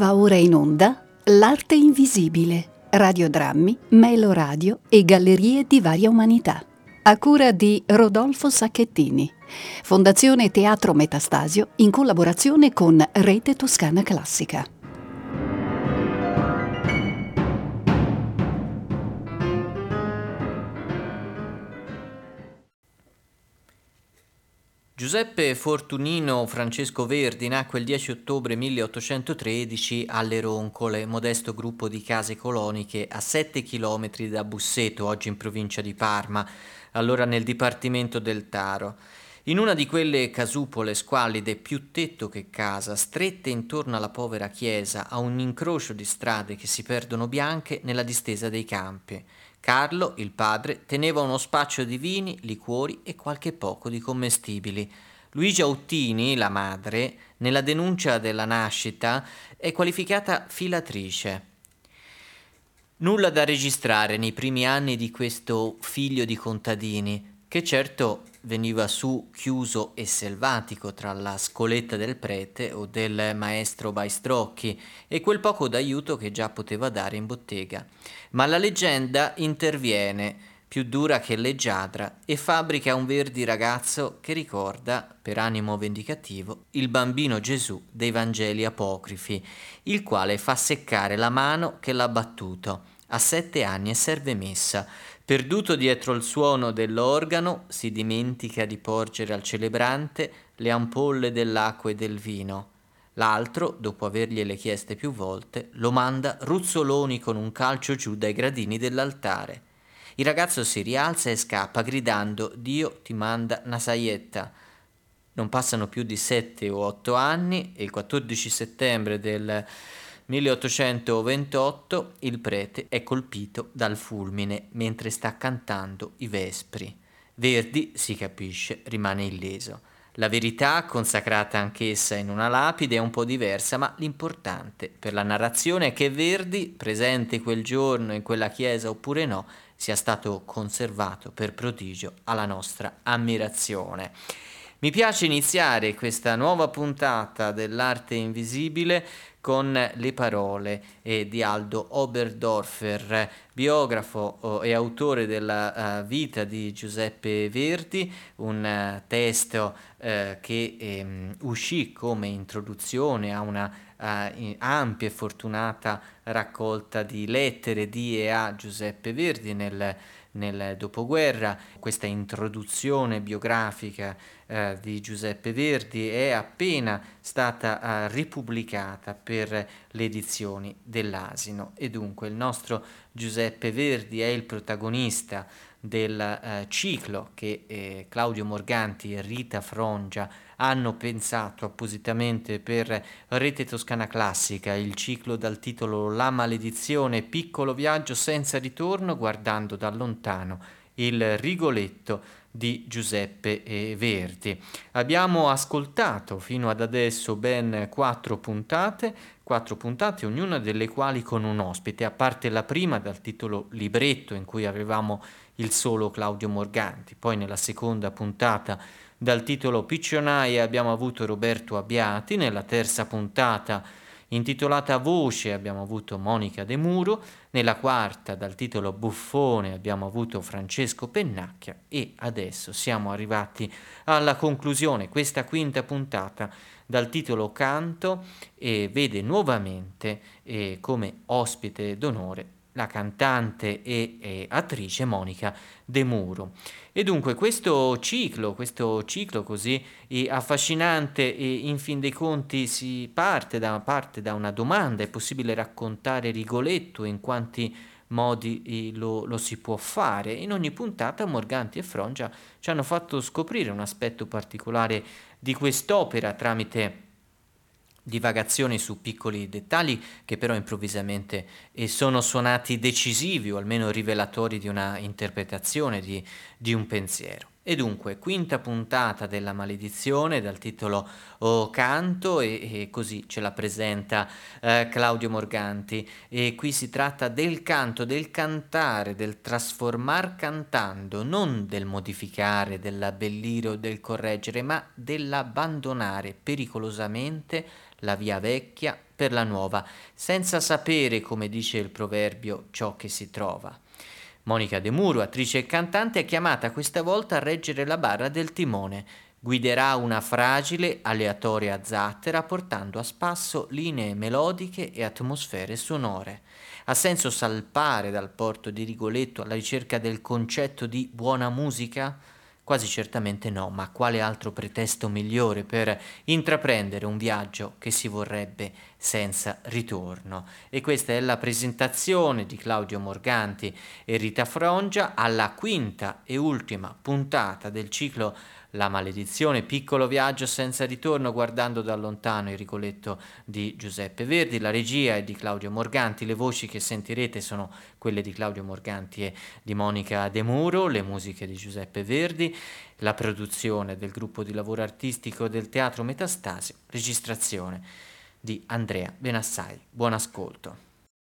Va ora in onda L'arte invisibile, radiodrammi, meloradio e gallerie di varia umanità. A cura di Rodolfo Sacchettini. Fondazione Teatro Metastasio in collaborazione con Rete Toscana Classica. Giuseppe Fortunino Francesco Verdi nacque il 10 ottobre 1813 alle Roncole, modesto gruppo di case coloniche a 7 chilometri da Busseto, oggi in provincia di Parma, allora nel dipartimento del Taro. In una di quelle casupole squallide, più tetto che casa, strette intorno alla povera chiesa, a un incrocio di strade che si perdono bianche nella distesa dei campi. Carlo, il padre, teneva uno spaccio di vini, liquori e qualche poco di commestibili. Luigia Uttini, la madre, nella denuncia della nascita è qualificata filatrice. Nulla da registrare nei primi anni di questo figlio di contadini, che certo veniva su chiuso e selvatico tra la scoletta del prete o del maestro Baistrocchi e quel poco d'aiuto che già poteva dare in bottega. Ma la leggenda interviene, più dura che leggiadra, e fabbrica un Verdi ragazzo che ricorda, per animo vendicativo, il bambino Gesù dei Vangeli apocrifi, il quale fa seccare la mano che l'ha battuto. A 7 anni e serve messa. Perduto dietro il suono dell'organo, si dimentica di porgere al celebrante le ampolle dell'acqua e del vino. L'altro, dopo avergliele chieste più volte, lo manda ruzzoloni con un calcio giù dai gradini dell'altare. Il ragazzo si rialza e scappa gridando: «Dio ti manda una saietta». Non passano più di 7 o 8 anni e il 14 settembre del 1828 il prete è colpito dal fulmine mentre sta cantando i vespri. Verdi, si capisce, rimane illeso. La verità, consacrata anch'essa in una lapide, è un po' diversa, ma l'importante per la narrazione è che Verdi, presente quel giorno in quella chiesa oppure no, sia stato conservato per prodigio alla nostra ammirazione. Mi piace iniziare questa nuova puntata dell'arte invisibile con le parole di Aldo Oberdorfer, biografo e autore della vita di Giuseppe Verdi, un testo che uscì come introduzione a una ampia e fortunata raccolta di lettere di e a Giuseppe Verdi nel dopoguerra. Questa introduzione biografica di Giuseppe Verdi è appena stata ripubblicata per le edizioni dell'Asino e dunque il nostro Giuseppe Verdi è il protagonista del ciclo che Claudio Morganti e Rita Frongia hanno pensato appositamente per Rete Toscana Classica, il ciclo dal titolo La maledizione, piccolo viaggio senza ritorno guardando da lontano il Rigoletto di Giuseppe Verdi. Abbiamo ascoltato fino ad adesso ben 4 puntate, ognuna delle quali con un ospite, a parte la prima dal titolo Libretto in cui avevamo il solo Claudio Morganti, poi nella seconda puntata dal titolo Piccionaie abbiamo avuto Roberto Abbiati, nella terza puntata intitolata Voce abbiamo avuto Monica De Muro, nella quarta dal titolo Buffone abbiamo avuto Francesco Pennacchia e adesso siamo arrivati alla conclusione. Questa quinta puntata dal titolo Canto vede nuovamente come ospite d'onore la cantante e attrice Monica De Muro. E dunque questo ciclo così affascinante e in fin dei conti si parte da una domanda: è possibile raccontare Rigoletto? In quanti modi lo si può fare? In ogni puntata Morganti e Frongia ci hanno fatto scoprire un aspetto particolare di quest'opera tramite divagazioni su piccoli dettagli che però improvvisamente sono suonati decisivi o almeno rivelatori di una interpretazione, di un pensiero. E dunque, quinta puntata della maledizione dal titolo O Canto e così ce la presenta Claudio Morganti. E qui si tratta del canto, del cantare, del trasformar cantando, non del modificare, dell'abbellire o del correggere, ma dell'abbandonare pericolosamente la via vecchia per la nuova, senza sapere, come dice il proverbio, ciò che si trova. Monica De Muro, attrice e cantante, è chiamata questa volta a reggere la barra del timone. Guiderà una fragile, aleatoria zattera portando a spasso linee melodiche e atmosfere sonore. Ha senso salpare dal porto di Rigoletto alla ricerca del concetto di buona musica? Quasi certamente no, ma quale altro pretesto migliore per intraprendere un viaggio che si vorrebbe senza ritorno? E questa è la presentazione di Claudio Morganti e Rita Frongia alla quinta e ultima puntata del ciclo La maledizione, piccolo viaggio senza ritorno guardando da lontano il Rigoletto di Giuseppe Verdi. La regia è di Claudio Morganti, le voci che sentirete sono quelle di Claudio Morganti e di Monica De Muro, le musiche di Giuseppe Verdi, la produzione del gruppo di lavoro artistico del Teatro Metastasi, registrazione di Andrea Benassai. Buon ascolto.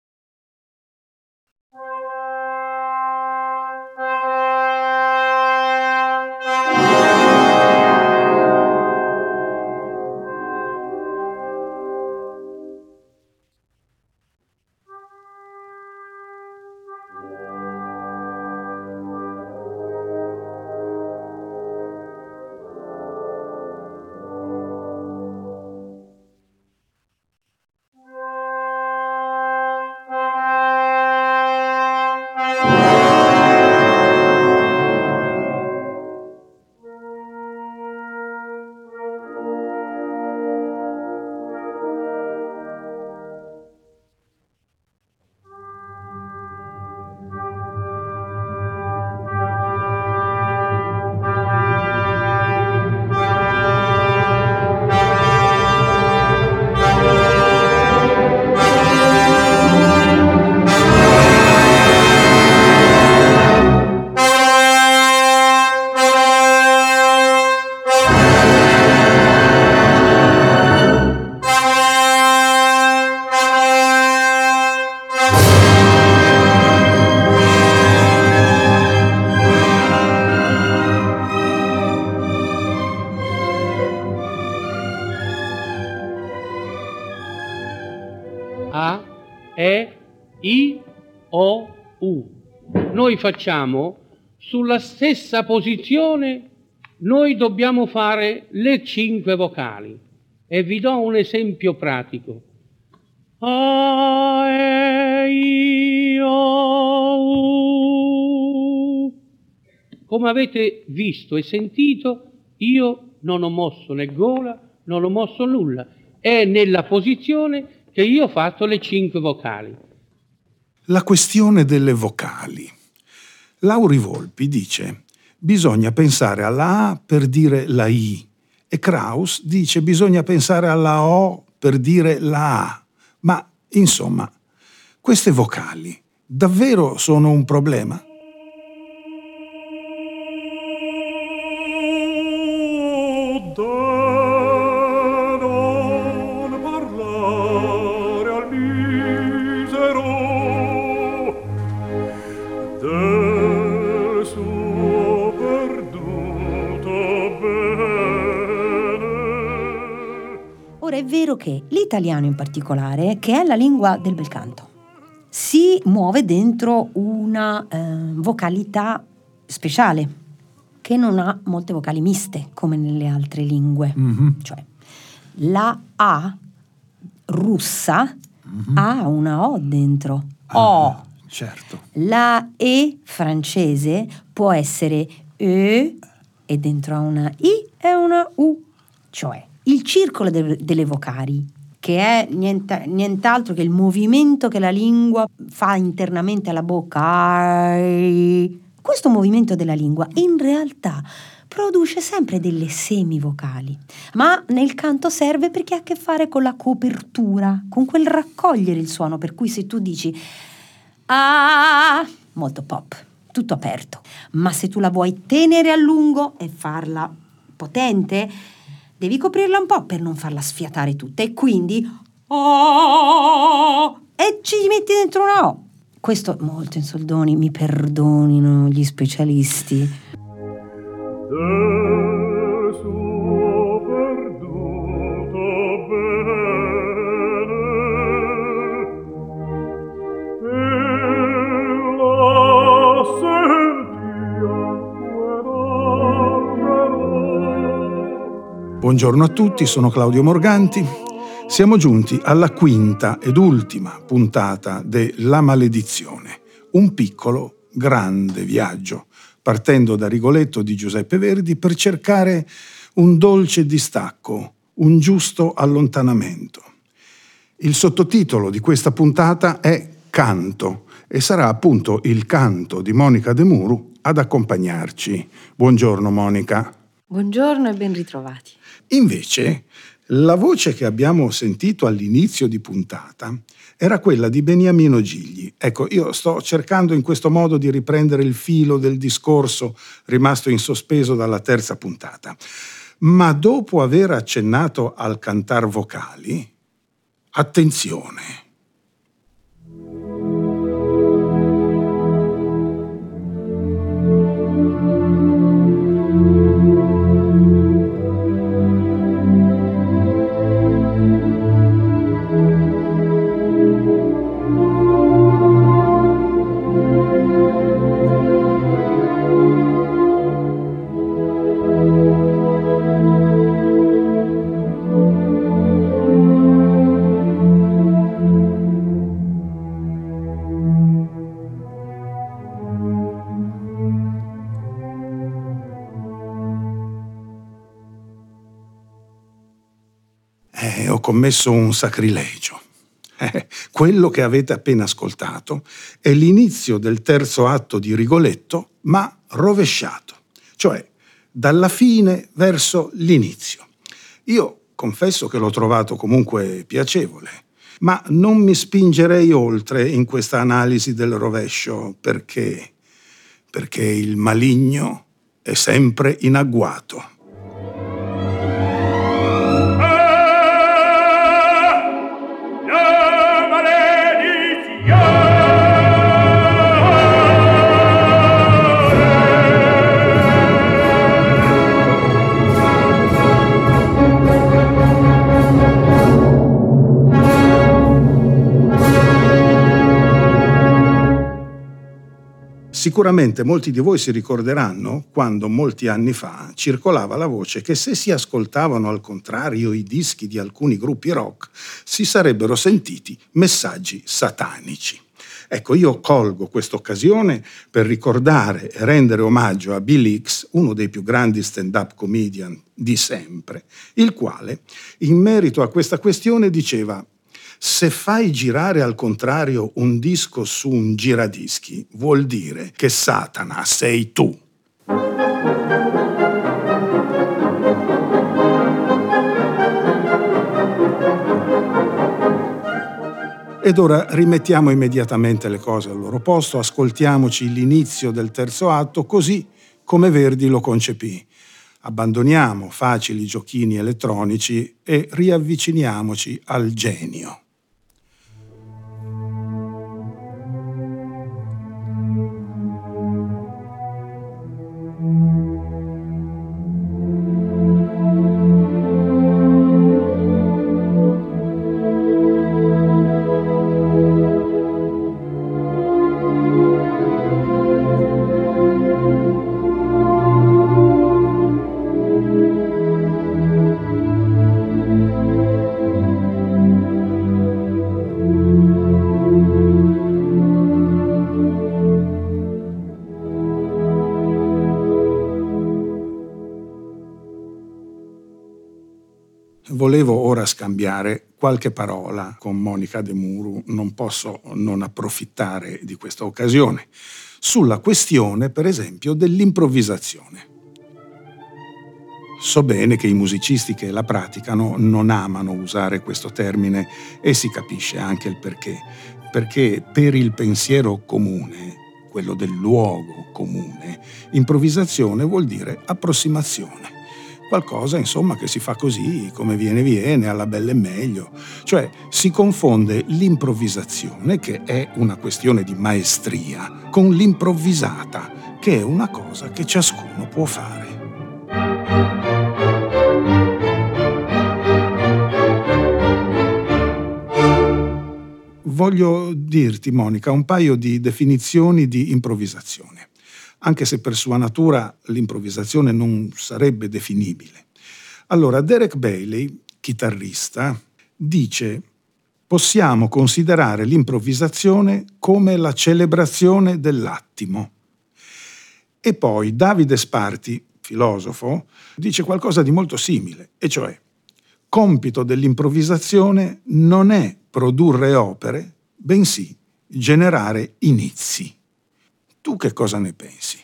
A, E, I, O, U. Noi facciamo sulla stessa posizione, noi dobbiamo fare le 5 vocali. E vi do un esempio pratico. A, E, I, O, U. Come avete visto e sentito, io non ho mosso né gola, non ho mosso nulla. È nella posizione che io ho fatto le 5 vocali. La questione delle vocali. Lauri Volpi dice: bisogna pensare alla A per dire la I, e Kraus dice: bisogna pensare alla O per dire la A. Ma, insomma, queste vocali davvero sono un problema? Ora è vero che l'italiano in particolare, che è la lingua del bel canto, si muove dentro una vocalità speciale, che non ha molte vocali miste come nelle altre lingue. Cioè la A russa ha una O dentro. O. Certo. La E francese può essere E e dentro ha una I e una U. Cioè il circolo delle vocali, che è nient'altro che il movimento che la lingua fa internamente alla bocca. Questo movimento della lingua in realtà produce sempre delle semivocali, ma nel canto serve perché ha a che fare con la copertura, con quel raccogliere il suono, per cui se tu dici ah, molto pop, tutto aperto. Ma se tu la vuoi tenere a lungo e farla potente, devi coprirla un po' per non farla sfiatare tutta, e quindi e ci metti dentro una O. Questo molto in soldoni, mi perdonino gli specialisti. Buongiorno a tutti, sono Claudio Morganti. Siamo giunti alla quinta ed ultima puntata de La Maledizione, un piccolo, grande viaggio, partendo da Rigoletto di Giuseppe Verdi per cercare un dolce distacco, un giusto allontanamento. Il sottotitolo di questa puntata è Canto e sarà appunto il canto di Monica De Muru ad accompagnarci. Buongiorno Monica. Buongiorno e ben ritrovati. Invece, la voce che abbiamo sentito all'inizio di puntata era quella di Beniamino Gigli. Ecco, io sto cercando in questo modo di riprendere il filo del discorso rimasto in sospeso dalla terza puntata. Ma dopo aver accennato al cantar vocali, attenzione! Ho commesso un sacrilegio. Quello che avete appena ascoltato è l'inizio del terzo atto di Rigoletto, ma rovesciato, cioè dalla fine verso l'inizio. Io confesso che l'ho trovato comunque piacevole, ma non mi spingerei oltre in questa analisi del rovescio perché il maligno è sempre in agguato. Sicuramente molti di voi si ricorderanno quando molti anni fa circolava la voce che se si ascoltavano al contrario i dischi di alcuni gruppi rock si sarebbero sentiti messaggi satanici. Ecco, io colgo questa occasione per ricordare e rendere omaggio a Bill Hicks, uno dei più grandi stand-up comedian di sempre, il quale, in merito a questa questione, diceva: se fai girare al contrario un disco su un giradischi, vuol dire che Satana sei tu. Ed ora rimettiamo immediatamente le cose al loro posto, ascoltiamoci l'inizio del terzo atto così come Verdi lo concepì. Abbandoniamo facili giochini elettronici e riavviciniamoci al genio. Volevo ora scambiare qualche parola con Monica De Muru, non posso non approfittare di questa occasione, sulla questione, per esempio, dell'improvvisazione. So bene che i musicisti che la praticano non amano usare questo termine e si capisce anche il perché per il pensiero comune quello del luogo comune. Improvvisazione vuol dire approssimazione. Qualcosa, insomma, che si fa così, come viene, alla bella e meglio. Cioè, si confonde l'improvvisazione, che è una questione di maestria, con l'improvvisata, che è una cosa che ciascuno può fare. Voglio dirti, Monica, un paio di definizioni di improvvisazione, anche se per sua natura l'improvvisazione non sarebbe definibile. Allora, Derek Bailey, chitarrista, dice: possiamo considerare l'improvvisazione come la celebrazione dell'attimo. E poi Davide Sparti, filosofo, dice qualcosa di molto simile, e cioè: compito dell'improvvisazione non è produrre opere, bensì generare inizi. Tu che cosa ne pensi?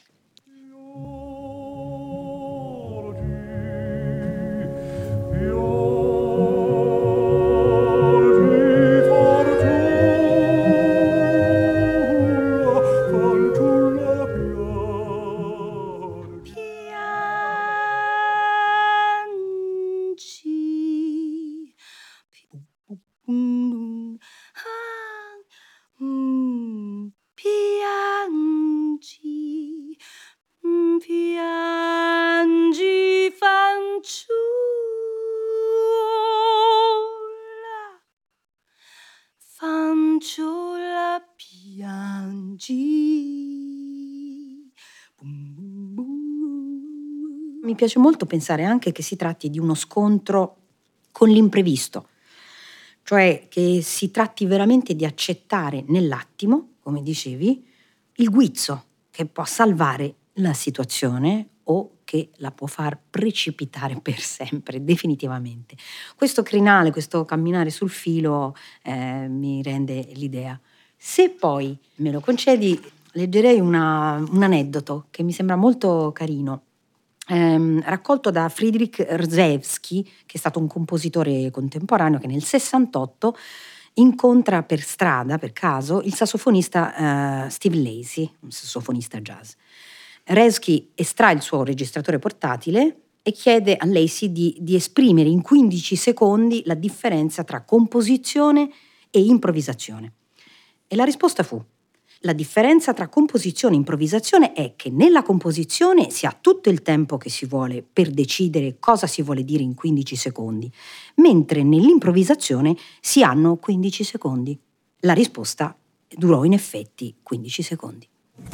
Mi piace molto pensare anche che si tratti di uno scontro con l'imprevisto, cioè che si tratti veramente di accettare nell'attimo, come dicevi, il guizzo che può salvare la situazione o che la può far precipitare per sempre, definitivamente. Questo crinale, questo camminare sul filo mi rende l'idea. Se poi me lo concedi, leggerei un aneddoto che mi sembra molto carino. Raccolto da Friedrich Rzewski, che è stato un compositore contemporaneo che nel 68 incontra per strada, per caso, il sassofonista Steve Lacy, un sassofonista jazz. Rzewski estrae il suo registratore portatile e chiede a Lacy di esprimere in 15 secondi la differenza tra composizione e improvvisazione. E la risposta fu: la differenza tra composizione e improvvisazione è che nella composizione si ha tutto il tempo che si vuole per decidere cosa si vuole dire in 15 secondi, mentre nell'improvvisazione si hanno 15 secondi. La risposta durò in effetti 15 secondi.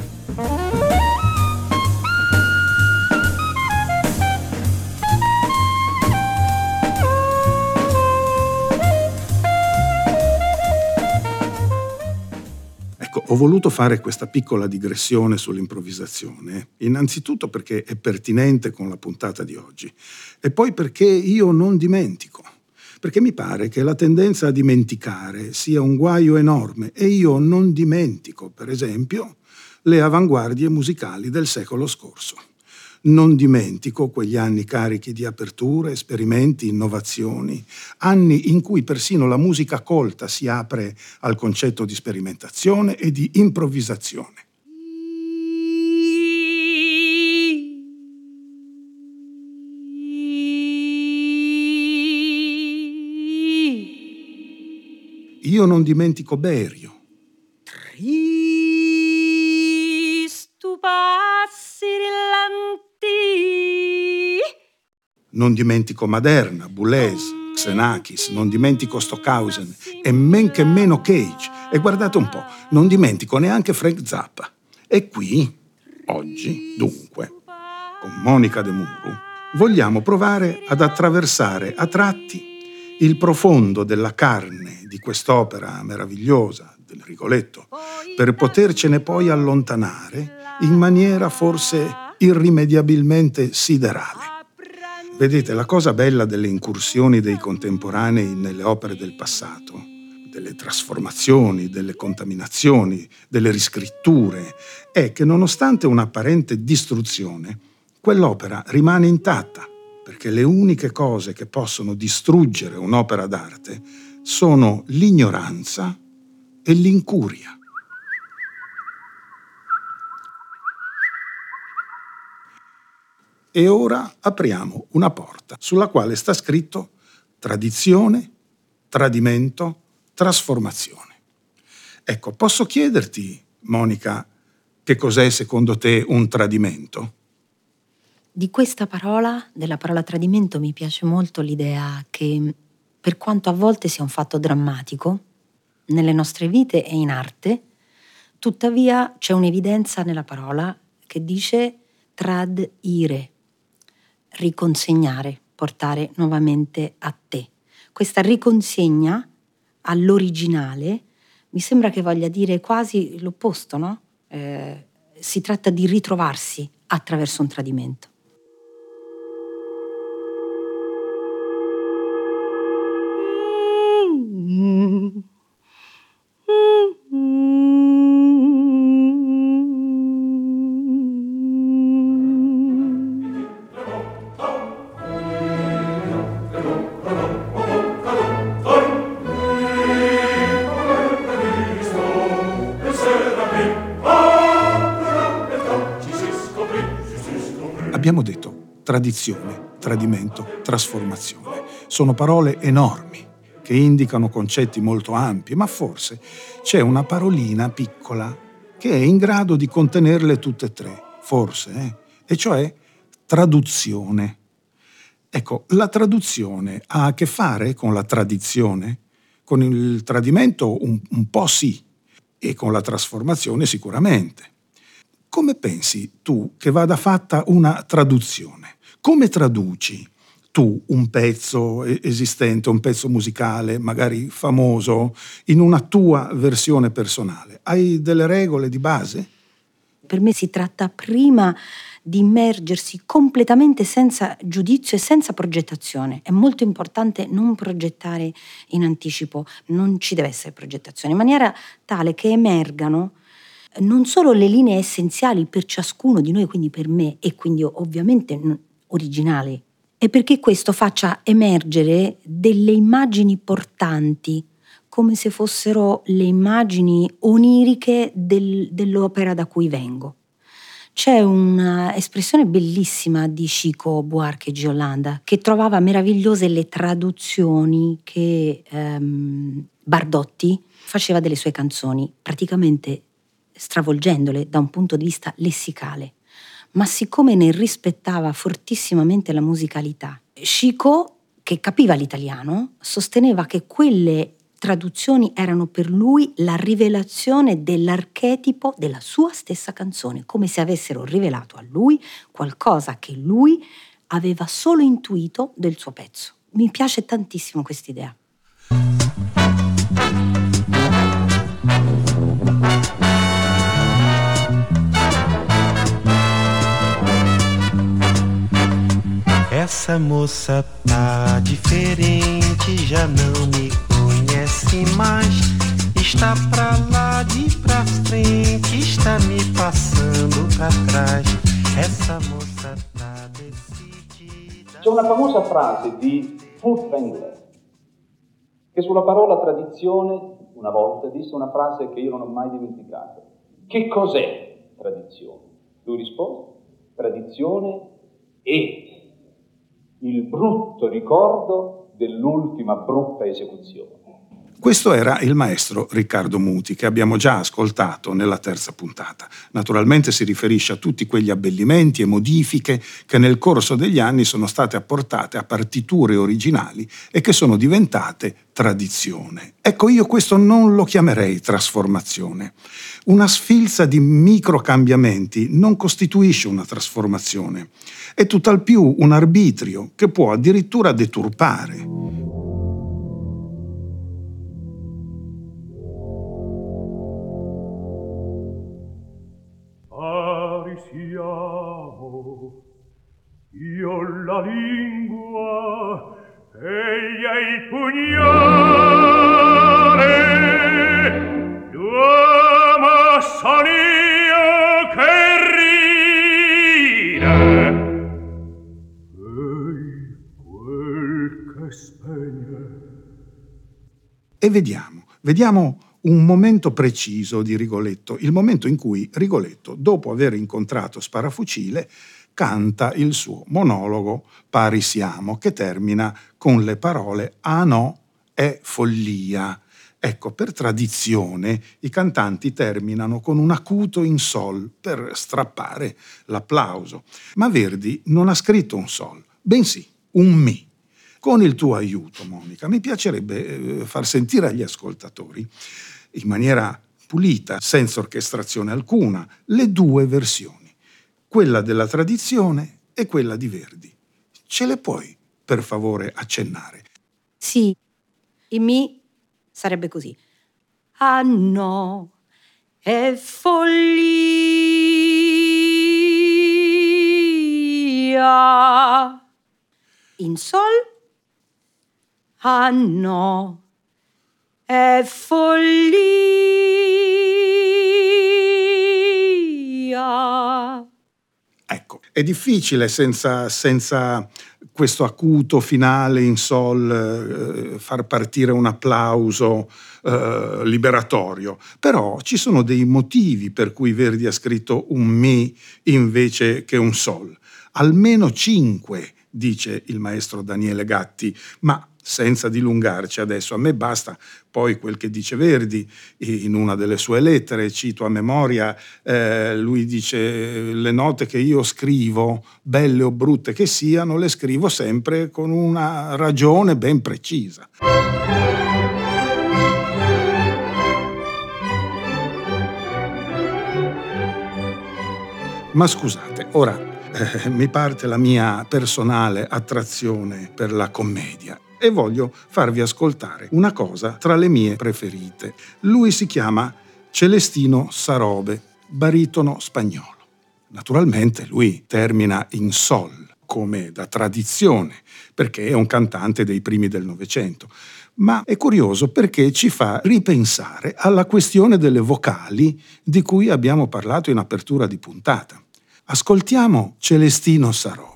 Ecco, ho voluto fare questa piccola digressione sull'improvvisazione, innanzitutto perché è pertinente con la puntata di oggi, e poi perché io non dimentico, perché mi pare che la tendenza a dimenticare sia un guaio enorme, e io non dimentico, per esempio, le avanguardie musicali del secolo scorso. Non dimentico quegli anni carichi di aperture, esperimenti, innovazioni, anni in cui persino la musica colta si apre al concetto di sperimentazione e di improvvisazione. Io non dimentico Berio. Non dimentico Maderna, Boulez, Xenakis, non dimentico Stockhausen e men che meno Cage. E guardate un po', non dimentico neanche Frank Zappa. E qui, oggi, dunque, con Monica De Muro, vogliamo provare ad attraversare a tratti il profondo della carne di quest'opera meravigliosa del Rigoletto, per potercene poi allontanare in maniera forse irrimediabilmente siderale. Vedete, la cosa bella delle incursioni dei contemporanei nelle opere del passato, delle trasformazioni, delle contaminazioni, delle riscritture, è che nonostante un'apparente distruzione, quell'opera rimane intatta, perché le uniche cose che possono distruggere un'opera d'arte sono l'ignoranza e l'incuria. E ora apriamo una porta sulla quale sta scritto tradizione, tradimento, trasformazione. Ecco, posso chiederti, Monica, che cos'è secondo te un tradimento? Di questa parola, della parola tradimento, mi piace molto l'idea che, per quanto a volte sia un fatto drammatico, nelle nostre vite e in arte, tuttavia c'è un'evidenza nella parola che dice tradire, riconsegnare, portare nuovamente a te. Questa riconsegna all'originale mi sembra che voglia dire quasi l'opposto, no? Si tratta di ritrovarsi attraverso un tradimento. Abbiamo detto tradizione, tradimento, trasformazione. Sono parole enormi che indicano concetti molto ampi, ma forse c'è una parolina piccola che è in grado di contenerle tutte e tre, forse, e cioè traduzione. Ecco, la traduzione ha a che fare con la tradizione? Con il tradimento un po' sì, e con la trasformazione sicuramente. Come pensi tu che vada fatta una traduzione? Come traduci tu un pezzo esistente, un pezzo musicale, magari famoso, in una tua versione personale? Hai delle regole di base? Per me si tratta prima di immergersi completamente senza giudizio e senza progettazione. È molto importante non progettare in anticipo, non ci deve essere progettazione, in maniera tale che emergano non solo le linee essenziali per ciascuno di noi, quindi per me e quindi ovviamente originali, e perché questo faccia emergere delle immagini portanti, come se fossero le immagini oniriche dell'opera da cui vengo. C'è un'espressione bellissima di Chico Buarque Giolanda che trovava meravigliose le traduzioni che Bardotti faceva delle sue canzoni, praticamente stravolgendole da un punto di vista lessicale, ma siccome ne rispettava fortissimamente la musicalità, Chico, che capiva l'italiano, sosteneva che quelle traduzioni erano per lui la rivelazione dell'archetipo della sua stessa canzone, come se avessero rivelato a lui qualcosa che lui aveva solo intuito del suo pezzo. Mi piace tantissimo quest'idea. Essa moça tá diferente, já não me conhece mais. Está pra lá de pra frente, está me passando pra trás. Essa moça tá decidida. C'è una famosa frase di Furtwängler che sulla parola tradizione una volta disse una frase che io non ho mai dimenticato. Che cos'è tradizione? Lui rispose: tradizione è il brutto ricordo dell'ultima brutta esecuzione. Questo era il maestro Riccardo Muti, che abbiamo già ascoltato nella terza puntata. Naturalmente si riferisce a tutti quegli abbellimenti e modifiche che nel corso degli anni sono state apportate a partiture originali e che sono diventate tradizione. Ecco, io questo non lo chiamerei trasformazione. Una sfilza di microcambiamenti non costituisce una trasformazione. È tutt'al più un arbitrio che può addirittura deturpare. Siamo, io la lingua, egli è il pugnale, l'uomo son io che ride, egli quel che spegne. E vediamo un momento preciso di Rigoletto, il momento in cui Rigoletto, dopo aver incontrato Sparafucile, canta il suo monologo Pari siamo, che termina con le parole "ah no, è follia". Ecco, per tradizione i cantanti terminano con un acuto in sol per strappare l'applauso. Ma Verdi non ha scritto un sol, bensì un mi. Con il tuo aiuto, Monica, mi piacerebbe far sentire agli ascoltatori, in maniera pulita, senza orchestrazione alcuna, le due versioni, quella della tradizione e quella di Verdi. Ce le puoi, per favore, accennare? Sì, il mi sarebbe così. Ah no, è follia. In sol. Ah no, è follia. Ecco, è difficile senza questo acuto finale in sol far partire un applauso liberatorio, però ci sono dei motivi per cui Verdi ha scritto un mi invece che un sol. Almeno 5, dice il maestro Daniele Gatti, ma senza dilungarci adesso, a me basta poi quel che dice Verdi in una delle sue lettere, cito a memoria, lui dice: le note che io scrivo, belle o brutte che siano, le scrivo sempre con una ragione ben precisa. Ma scusate, ora mi parte la mia personale attrazione per la commedia e voglio farvi ascoltare una cosa tra le mie preferite. Lui si chiama Celestino Sarobe, baritono spagnolo. Naturalmente lui termina in sol, come da tradizione, perché è un cantante dei primi del Novecento. Ma è curioso perché ci fa ripensare alla questione delle vocali di cui abbiamo parlato in apertura di puntata. Ascoltiamo Celestino Sarobe.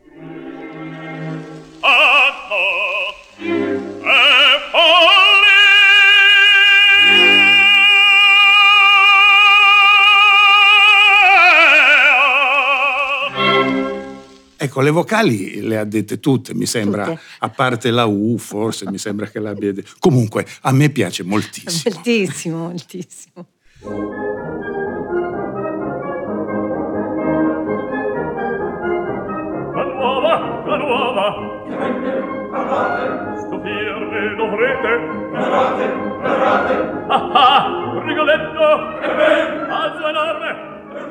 Ecco, le vocali le ha dette tutte, mi sembra, tutte. A parte la U, forse, mi sembra che l'abbia detto. Comunque, a me piace moltissimo. Moltissimo, moltissimo. La nuova, stupirvi dovrete. Narrate. Ah, Rigoletto, alzo enorme.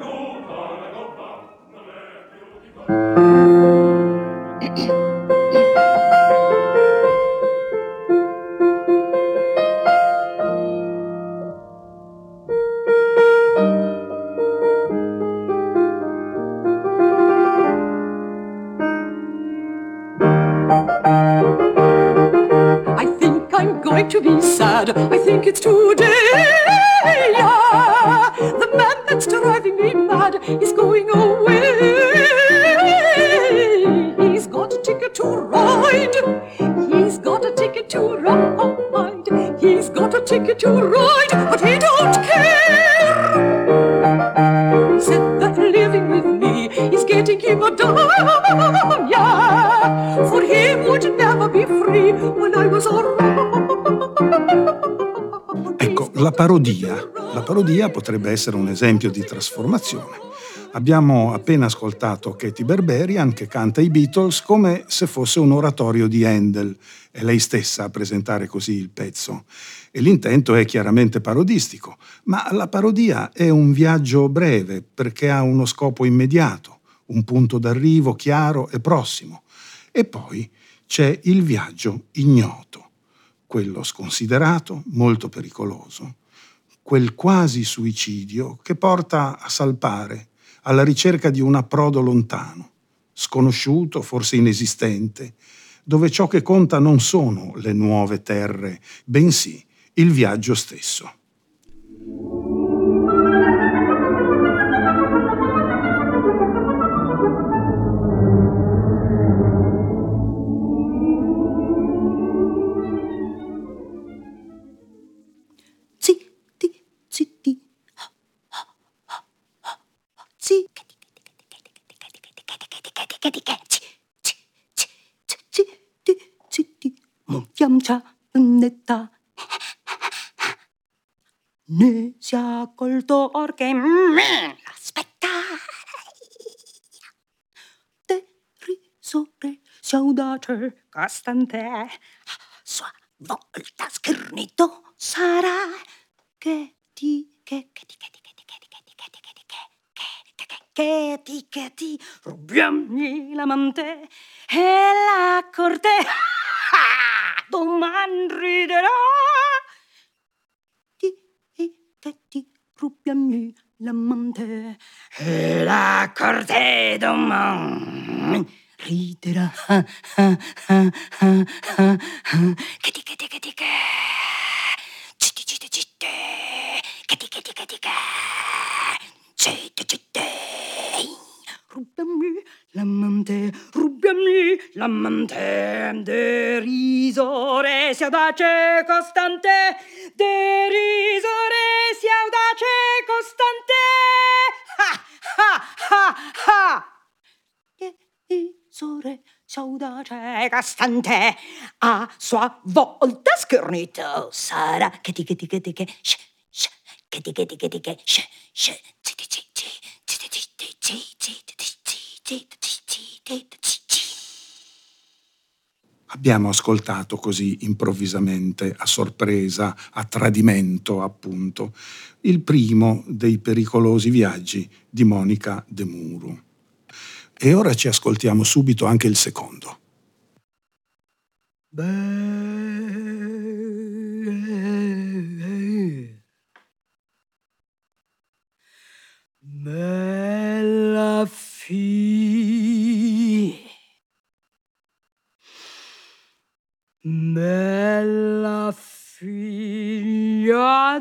To be sad, I think it's today. Yeah. The man that's driving me mad is going away. He's got a ticket to ride. He's got a ticket to ride. He's got a ticket to ride, but he don't care. He said that living with me is getting him a down. Yeah, for he would never be free when I was around. Ecco, la parodia potrebbe essere un esempio di trasformazione. Abbiamo appena ascoltato Katy Berberian che canta i Beatles come se fosse un oratorio di Handel. È lei stessa a presentare così il pezzo. E l'intento è chiaramente parodistico, ma la parodia è un viaggio breve perché ha uno scopo immediato, un punto d'arrivo chiaro e prossimo. E poi c'è il viaggio ignoto, quello sconsiderato, molto pericoloso, quel quasi suicidio che porta a salpare alla ricerca di un approdo lontano, sconosciuto, forse inesistente, dove ciò che conta non sono le nuove terre, bensì il viaggio stesso. Montiam ne si è accorto che l'aspetta. Derisore si audace costante, sua volta schernito sarà che ti rubiami l'amante e la corte domani riderà. Ti rubiami l'amante e la corte domani riderà. Rubiami l'amante, derisore si audace costante, derisore si audace costante. Derisore si audace costante, a sua volta schernito sarà. Abbiamo ascoltato così improvvisamente, a sorpresa, a tradimento, appunto, il primo dei pericolosi viaggi di Monica de Muro. E ora ci ascoltiamo subito anche il secondo. Bella figlia, bella figlia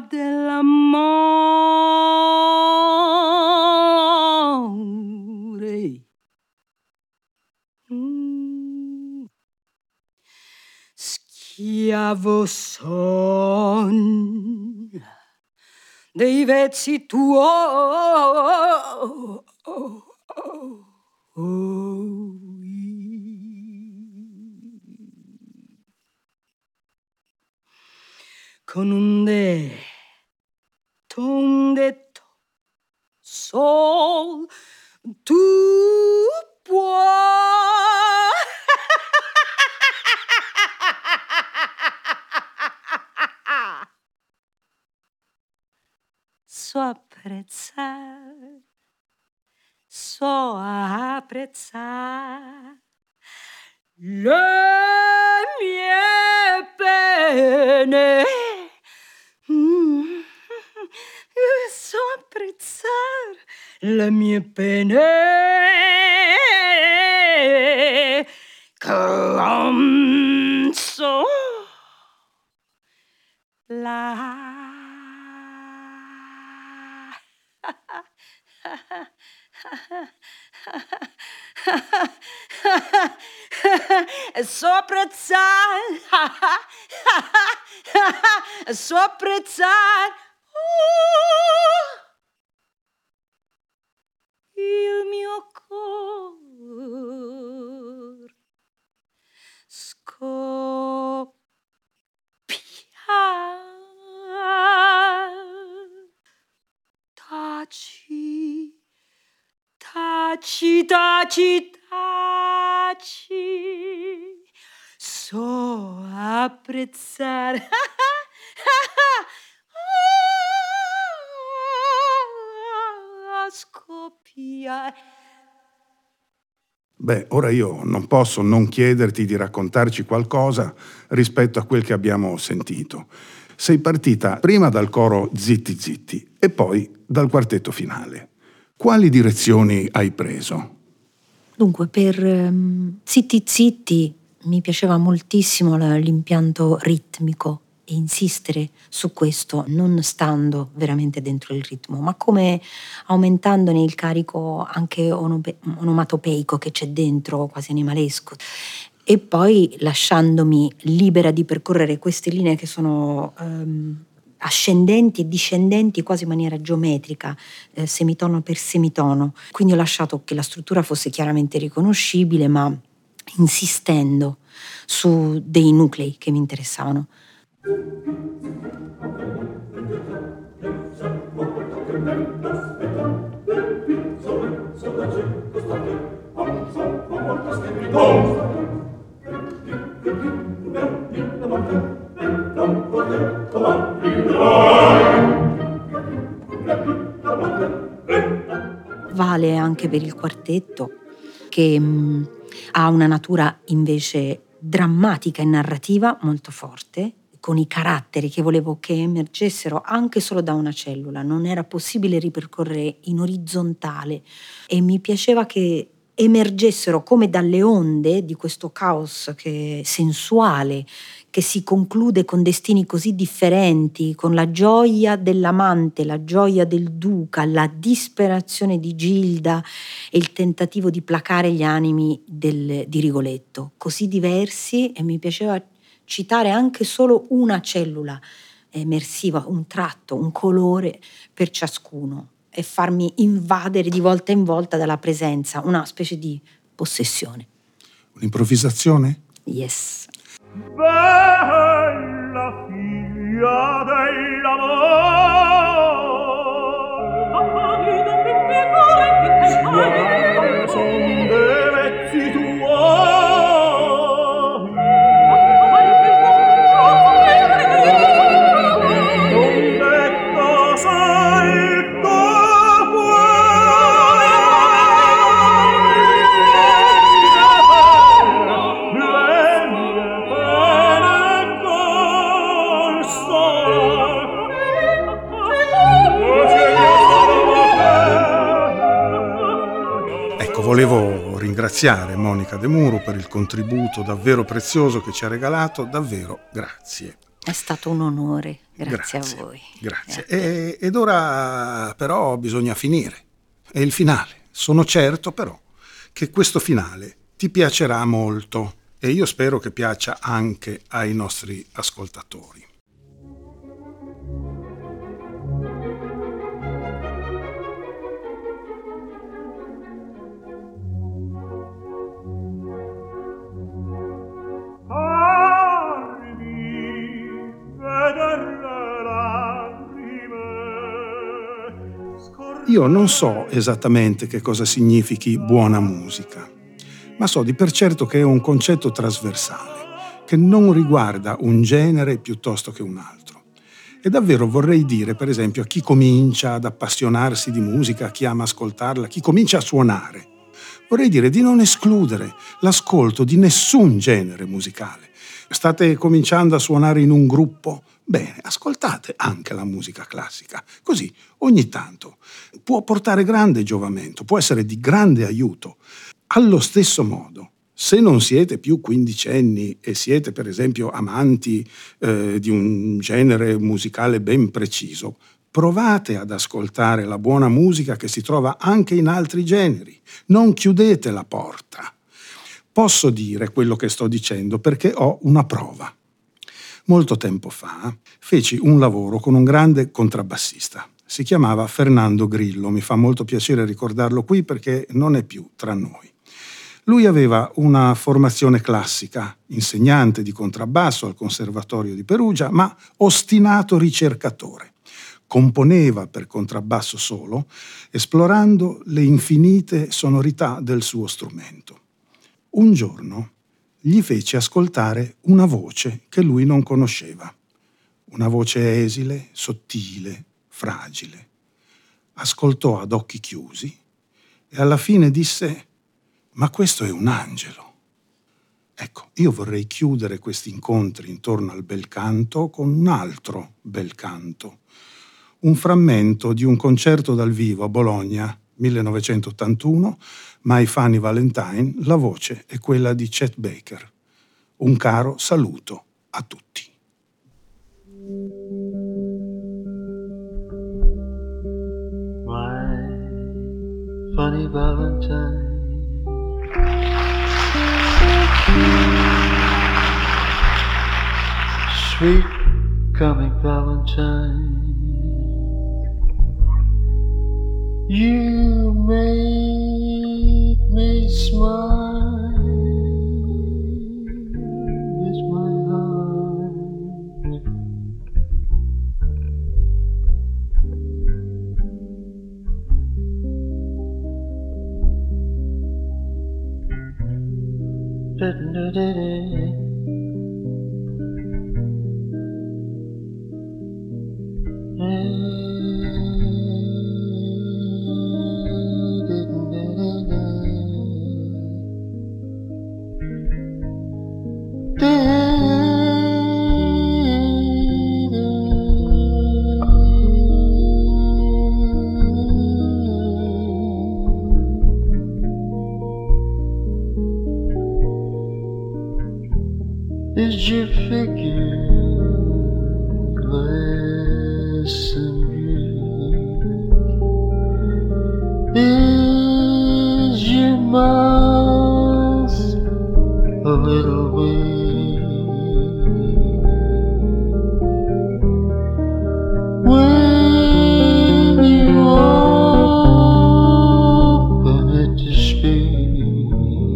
dell'amore, schiavo son dei vezzi tuoi. Con un detto sol tu puoi so apprezzare le mie pene. So apprezzare le mie pene canzo so apprezzare il mio cor scoppia. Taci, so apprezzare. Scoppiare. Beh, ora io non posso non chiederti di raccontarci qualcosa rispetto a quel che abbiamo sentito. Sei partita prima dal coro Zitti Zitti e poi dal quartetto finale. Quali direzioni hai preso? Dunque, per Zitti Zitti mi piaceva moltissimo l'impianto ritmico e insistere su questo, non stando veramente dentro il ritmo, ma come aumentandone il carico anche onomatopeico che c'è dentro, quasi animalesco. E poi lasciandomi libera di percorrere queste linee che sono ascendenti e discendenti quasi in maniera geometrica, semitono per semitono. Quindi ho lasciato che la struttura fosse chiaramente riconoscibile, ma insistendo su dei nuclei che mi interessavano. Vale anche per il quartetto, che ha una natura invece drammatica e narrativa molto forte, con i caratteri che volevo che emergessero anche solo da una cellula. Non era possibile ripercorrere in orizzontale e mi piaceva che emergessero come dalle onde di questo caos sensuale che si conclude con destini così differenti, con la gioia dell'amante, la gioia del duca, la disperazione di Gilda e il tentativo di placare gli animi di Rigoletto, così diversi, e mi piaceva citare anche solo una cellula emersiva, un tratto, un colore per ciascuno, e farmi invadere di volta in volta dalla presenza, una specie di possessione. Un'improvvisazione? Yes. Bella figlia dell'amore, son dei vezzi tuoi, non detto salto Volevo ringraziare Monica De Muro per il contributo davvero prezioso che ci ha regalato, davvero grazie. È stato un onore, grazie a voi. Grazie. Ed ora però bisogna finire. È il finale. Sono certo però che questo finale ti piacerà molto e io spero che piaccia anche ai nostri ascoltatori. Io non so esattamente che cosa significhi buona musica, ma so di per certo che è un concetto trasversale, che non riguarda un genere piuttosto che un altro. E davvero vorrei dire, per esempio, a chi comincia ad appassionarsi di musica, a chi ama ascoltarla, a chi comincia a suonare, vorrei dire di non escludere l'ascolto di nessun genere musicale. State cominciando a suonare in un gruppo? Bene, ascoltate anche la musica classica, così ogni tanto può portare grande giovamento, può essere di grande aiuto. Allo stesso modo, se non siete più quindicenni e siete per esempio amanti di un genere musicale ben preciso, provate ad ascoltare la buona musica che si trova anche in altri generi, non chiudete la porta. Posso dire quello che sto dicendo perché ho una prova. Molto tempo fa feci un lavoro con un grande contrabbassista. Si chiamava Fernando Grillo, mi fa molto piacere ricordarlo qui perché non è più tra noi. Lui aveva una formazione classica, insegnante di contrabbasso al Conservatorio di Perugia, ma ostinato ricercatore. Componeva per contrabbasso solo, esplorando le infinite sonorità del suo strumento. Un giorno gli fece ascoltare una voce che lui non conosceva. Una voce esile, sottile, fragile. Ascoltò ad occhi chiusi e alla fine disse: «Ma questo è un angelo». Ecco, io vorrei chiudere questi incontri intorno al bel canto con un altro bel canto. Un frammento di un concerto dal vivo a Bologna, 1981, My Funny Valentine, la voce è quella di Chet Baker. Un caro saluto a tutti. My funny Valentine, sweet coming Valentine. You make me smile with my heart. Da-da-da-da. Is your figure less than Greek? Is your mouth a little weak? When you open it to speak,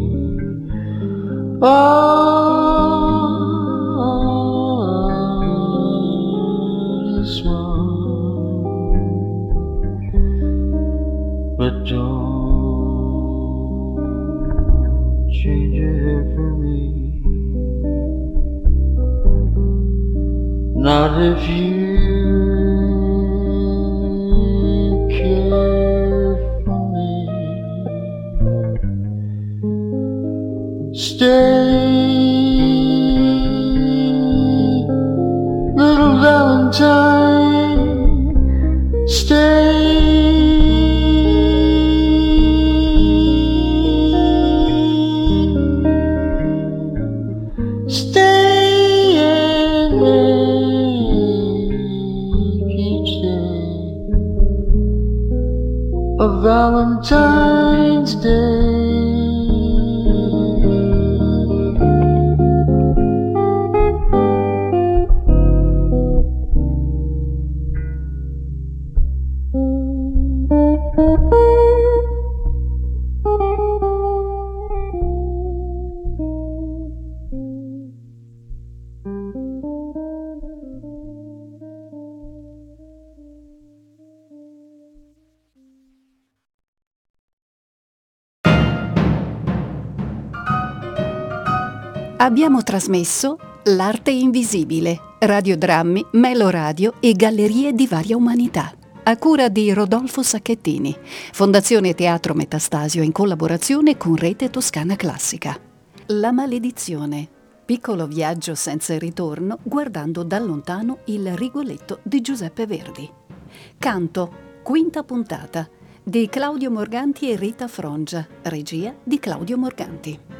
but don't change your hair for me. Not if you care for me. Stay, little Valentine, stay. Valentine's Day. Abbiamo trasmesso L'arte invisibile, radiodrammi, Meloradio e gallerie di varia umanità, a cura di Rodolfo Sacchettini, Fondazione Teatro Metastasio in collaborazione con Rete Toscana Classica. La maledizione, piccolo viaggio senza ritorno guardando da lontano il Rigoletto di Giuseppe Verdi. Canto, quinta puntata, di Claudio Morganti e Rita Frongia, regia di Claudio Morganti.